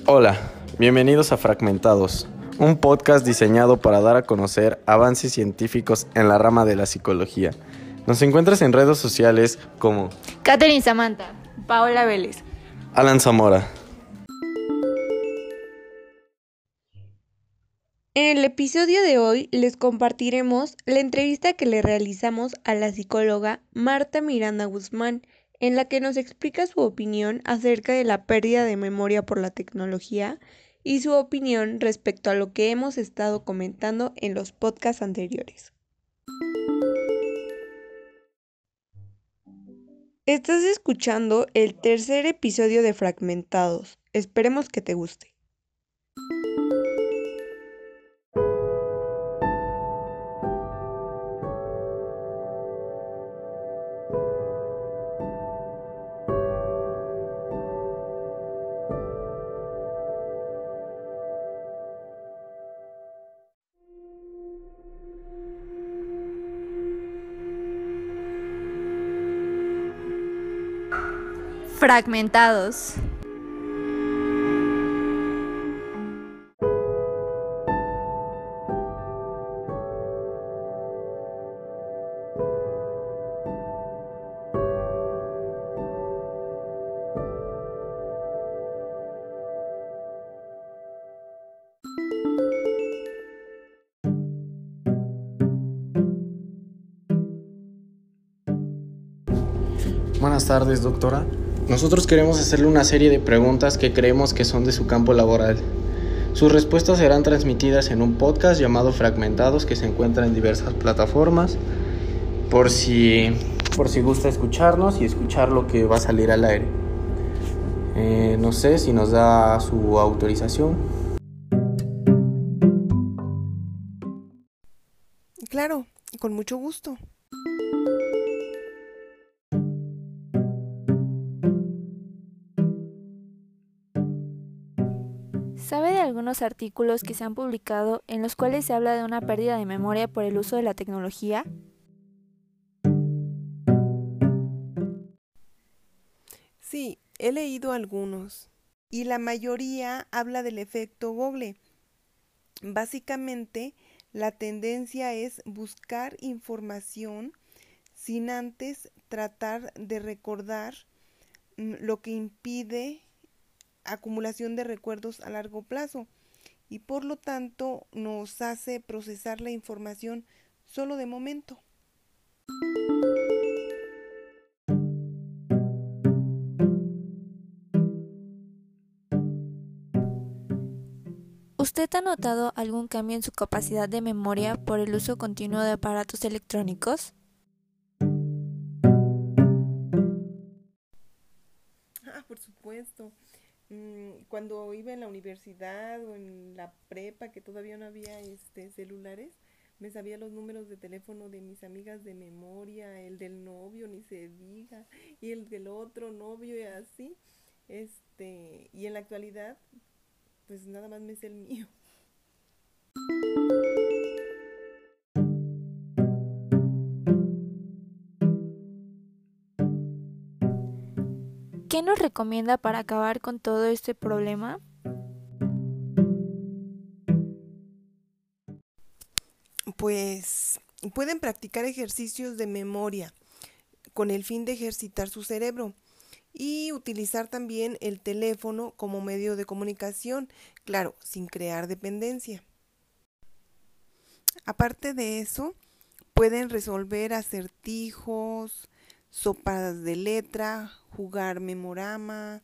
Hola, bienvenidos a Fragmentados, un podcast diseñado para dar a conocer avances científicos en la rama de la psicología. Nos encuentras en redes sociales como Catherine Samantha, Paola Vélez, Alan Zamora. En el episodio de hoy les compartiremos la entrevista que le realizamos a la psicóloga Marta Miranda Guzmán, en la que nos explica su opinión acerca de la pérdida de memoria por la tecnología y su opinión respecto a lo que hemos estado comentando en los podcasts anteriores. Estás escuchando el tercer episodio de Fragmentados. Esperemos que te guste. Fragmentados. Buenas tardes, doctora. Nosotros queremos hacerle una serie de preguntas que creemos que son de su campo laboral. Sus respuestas serán transmitidas en un podcast llamado Fragmentados que se encuentra en diversas plataformas por si gusta escucharnos y escuchar lo que va a salir al aire. No sé si nos da su autorización. Claro, con mucho gusto. ¿Sabe de algunos artículos que se han publicado en los cuales se habla de una pérdida de memoria por el uso de la tecnología? Sí, he leído algunos y la mayoría habla del efecto Google. Básicamente, la tendencia es buscar información sin antes tratar de recordar, lo que impide acumulación de recuerdos a largo plazo y por lo tanto nos hace procesar la información solo de momento. ¿Usted ha notado algún cambio en su capacidad de memoria por el uso continuo de aparatos electrónicos? Por supuesto. Cuando iba en la universidad o en la prepa, que todavía no había celulares, me sabía los números de teléfono de mis amigas de memoria, el del novio, ni se diga, y el del otro novio y así. Y en la actualidad, pues nada más me sé el mío. ¿Qué nos recomienda para acabar con todo este problema? Pues pueden practicar ejercicios de memoria con el fin de ejercitar su cerebro y utilizar también el teléfono como medio de comunicación, claro, sin crear dependencia. Aparte de eso, pueden resolver acertijos, sopas de letra, jugar memorama,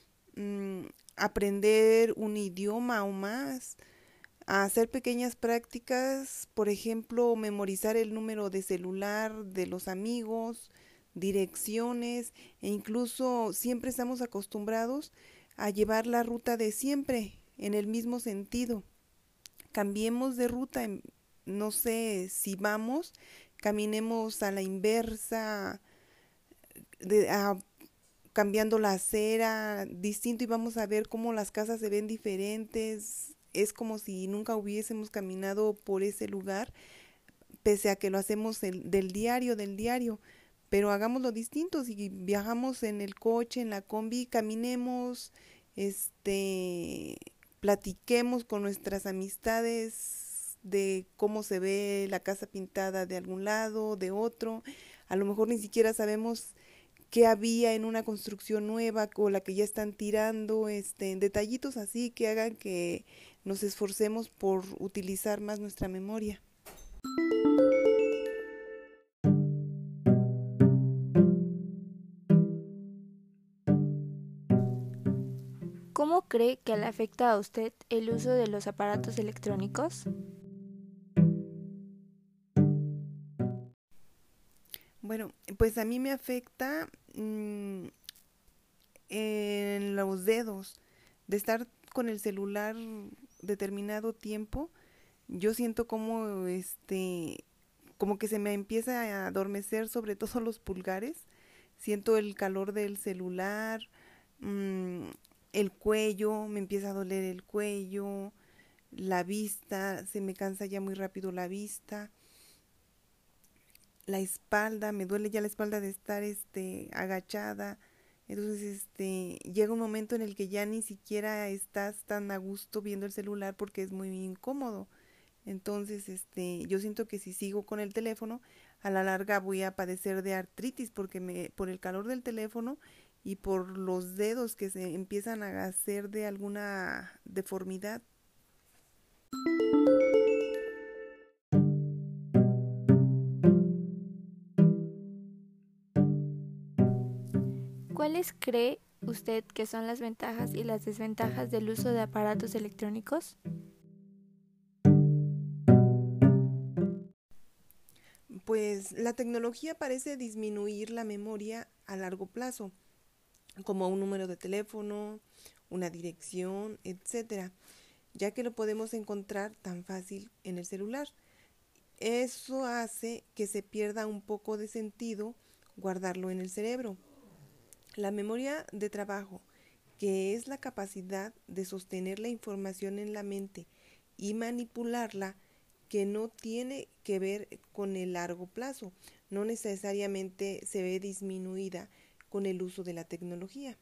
aprender un idioma o más, hacer pequeñas prácticas, por ejemplo, memorizar el número de celular de los amigos, direcciones e incluso siempre estamos acostumbrados a llevar la ruta de siempre en el mismo sentido. Cambiemos de ruta, no sé, si vamos, caminemos a la inversa, cambiando la acera, distinto y vamos a ver cómo las casas se ven diferentes. Es como si nunca hubiésemos caminado por ese lugar, pese a que lo hacemos del diario, pero hagámoslo distinto. Si viajamos en el coche, en la combi, caminemos platiquemos con nuestras amistades de cómo se ve la casa pintada de algún lado, de otro. A lo mejor ni siquiera sabemos qué había en una construcción nueva o la que ya están tirando, detallitos así que hagan que nos esforcemos por utilizar más nuestra memoria. ¿Cómo cree que le afecta a usted el uso de los aparatos electrónicos? Bueno, pues a mí me afecta en los dedos, de estar con el celular determinado tiempo. Yo siento como como que se me empieza a adormecer sobre todo los pulgares. Siento el calor del celular, el cuello, me empieza a doler el cuello, la vista, se me cansa ya muy rápido la vista, la espalda, me duele ya la espalda de estar agachada. Entonces llega un momento en el que ya ni siquiera estás tan a gusto viendo el celular porque es muy incómodo. Entonces yo siento que si sigo con el teléfono, a la larga voy a padecer de artritis porque por el calor del teléfono y por los dedos que se empiezan a hacer de alguna deformidad. ¿Cuáles cree usted que son las ventajas y las desventajas del uso de aparatos electrónicos? Pues la tecnología parece disminuir la memoria a largo plazo, como un número de teléfono, una dirección, etcétera, ya que lo podemos encontrar tan fácil en el celular. Eso hace que se pierda un poco de sentido guardarlo en el cerebro. La memoria de trabajo, que es la capacidad de sostener la información en la mente y manipularla, que no tiene que ver con el largo plazo, no necesariamente se ve disminuida con el uso de la tecnología.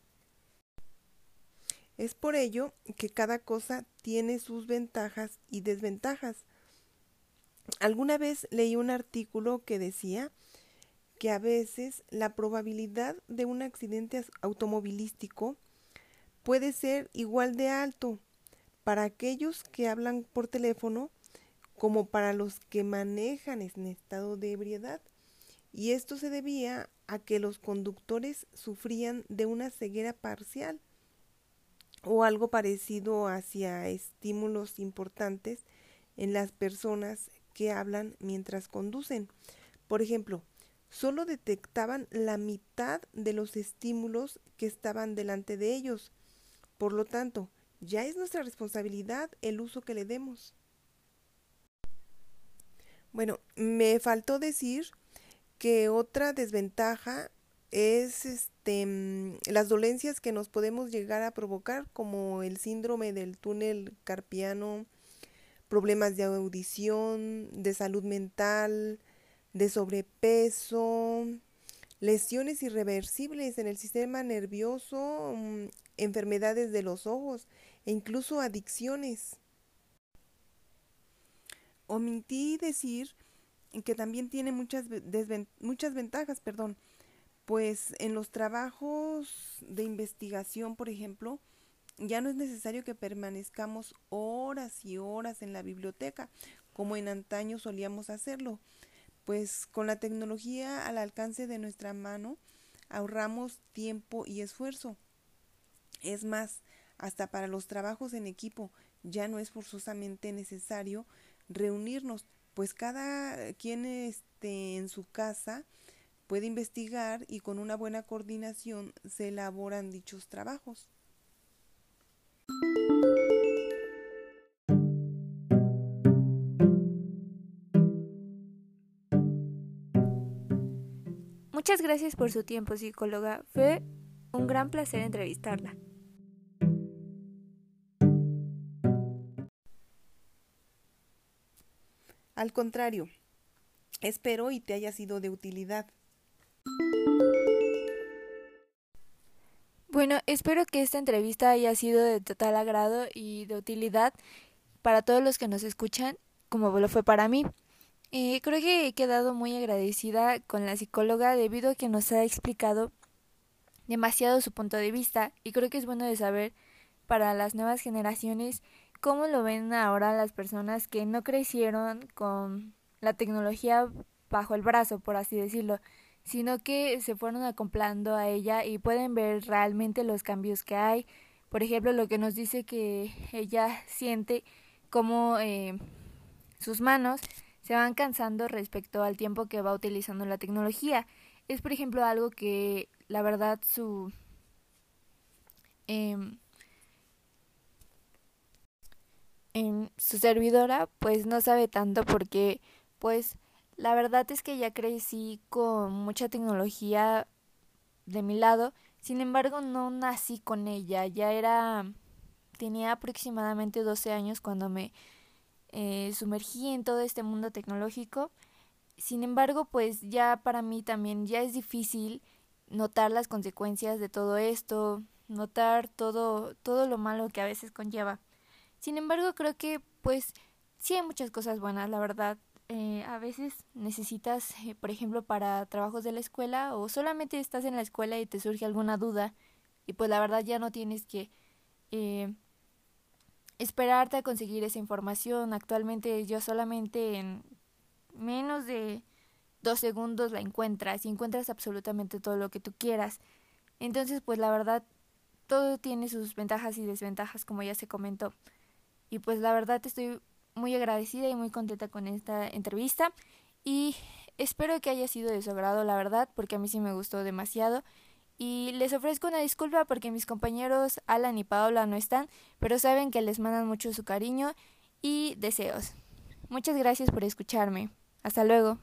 Es por ello que cada cosa tiene sus ventajas y desventajas. Alguna vez leí un artículo que decía que a veces la probabilidad de un accidente automovilístico puede ser igual de alto para aquellos que hablan por teléfono como para los que manejan en estado de ebriedad, y esto se debía a que los conductores sufrían de una ceguera parcial o algo parecido hacia estímulos importantes en las personas que hablan mientras conducen. Por ejemplo, solo detectaban la mitad de los estímulos que estaban delante de ellos. Por lo tanto, ya es nuestra responsabilidad el uso que le demos. Bueno, me faltó decir que otra desventaja es las dolencias que nos podemos llegar a provocar, como el síndrome del túnel carpiano, problemas de audición, de salud mental, de sobrepeso, lesiones irreversibles en el sistema nervioso, enfermedades de los ojos e incluso adicciones. Omití decir que también tiene muchas ventajas, pues en los trabajos de investigación, por ejemplo, ya no es necesario que permanezcamos horas y horas en la biblioteca, como en antaño solíamos hacerlo, pues con la tecnología al alcance de nuestra mano ahorramos tiempo y esfuerzo. Es más, hasta para los trabajos en equipo ya no es forzosamente necesario reunirnos, pues cada quien en su casa puede investigar y con una buena coordinación se elaboran dichos trabajos. Muchas gracias por su tiempo, psicóloga. Fue un gran placer entrevistarla. Al contrario, espero y te haya sido de utilidad. Bueno, espero espero que esta entrevista haya sido de total agrado y de utilidad para todos los que nos escuchan, como lo fue para mí. Creo que he quedado muy agradecida con la psicóloga debido a que nos ha explicado demasiado su punto de vista, y creo que es bueno de saber para las nuevas generaciones cómo lo ven ahora las personas que no crecieron con la tecnología bajo el brazo, por así decirlo, sino que se fueron acoplando a ella y pueden ver realmente los cambios que hay. Por ejemplo, lo que nos dice que ella siente como sus manos se van cansando respecto al tiempo que va utilizando la tecnología. Es, por ejemplo, algo que la verdad su servidora pues no sabe tanto, porque pues la verdad es que ya crecí con mucha tecnología de mi lado. Sin embargo, no nací con ella. Tenía aproximadamente 12 años cuando me sumergí en todo este mundo tecnológico. Sin embargo, pues ya para mí también ya es difícil notar las consecuencias de todo esto, notar todo lo malo que a veces conlleva. Sin embargo, creo que pues sí hay muchas cosas buenas, la verdad. A veces necesitas, por ejemplo, para trabajos de la escuela, o solamente estás en la escuela y te surge alguna duda, y pues la verdad ya no tienes que esperarte a conseguir esa información. Actualmente yo solamente en menos de 2 segundos la encuentras, y encuentras absolutamente todo lo que tú quieras. Entonces, pues la verdad, todo tiene sus ventajas y desventajas, como ya se comentó. Y pues la verdad estoy muy agradecida y muy contenta con esta entrevista, y espero que haya sido de su agrado, la verdad, porque a mí sí me gustó demasiado. Y les ofrezco una disculpa porque mis compañeros Alan y Paola no están, pero saben que les mandan mucho su cariño y deseos. Muchas gracias por escucharme. Hasta luego.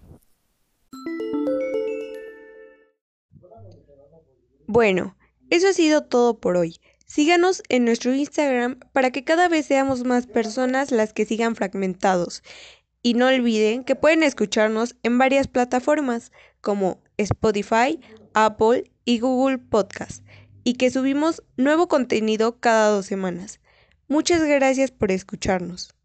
Bueno, eso ha sido todo por hoy. Síganos en nuestro Instagram para que cada vez seamos más personas las que sigan fragmentados. Y no olviden que pueden escucharnos en varias plataformas como Spotify, Apple y Google Podcast, y que subimos nuevo contenido cada 2 semanas. Muchas gracias por escucharnos.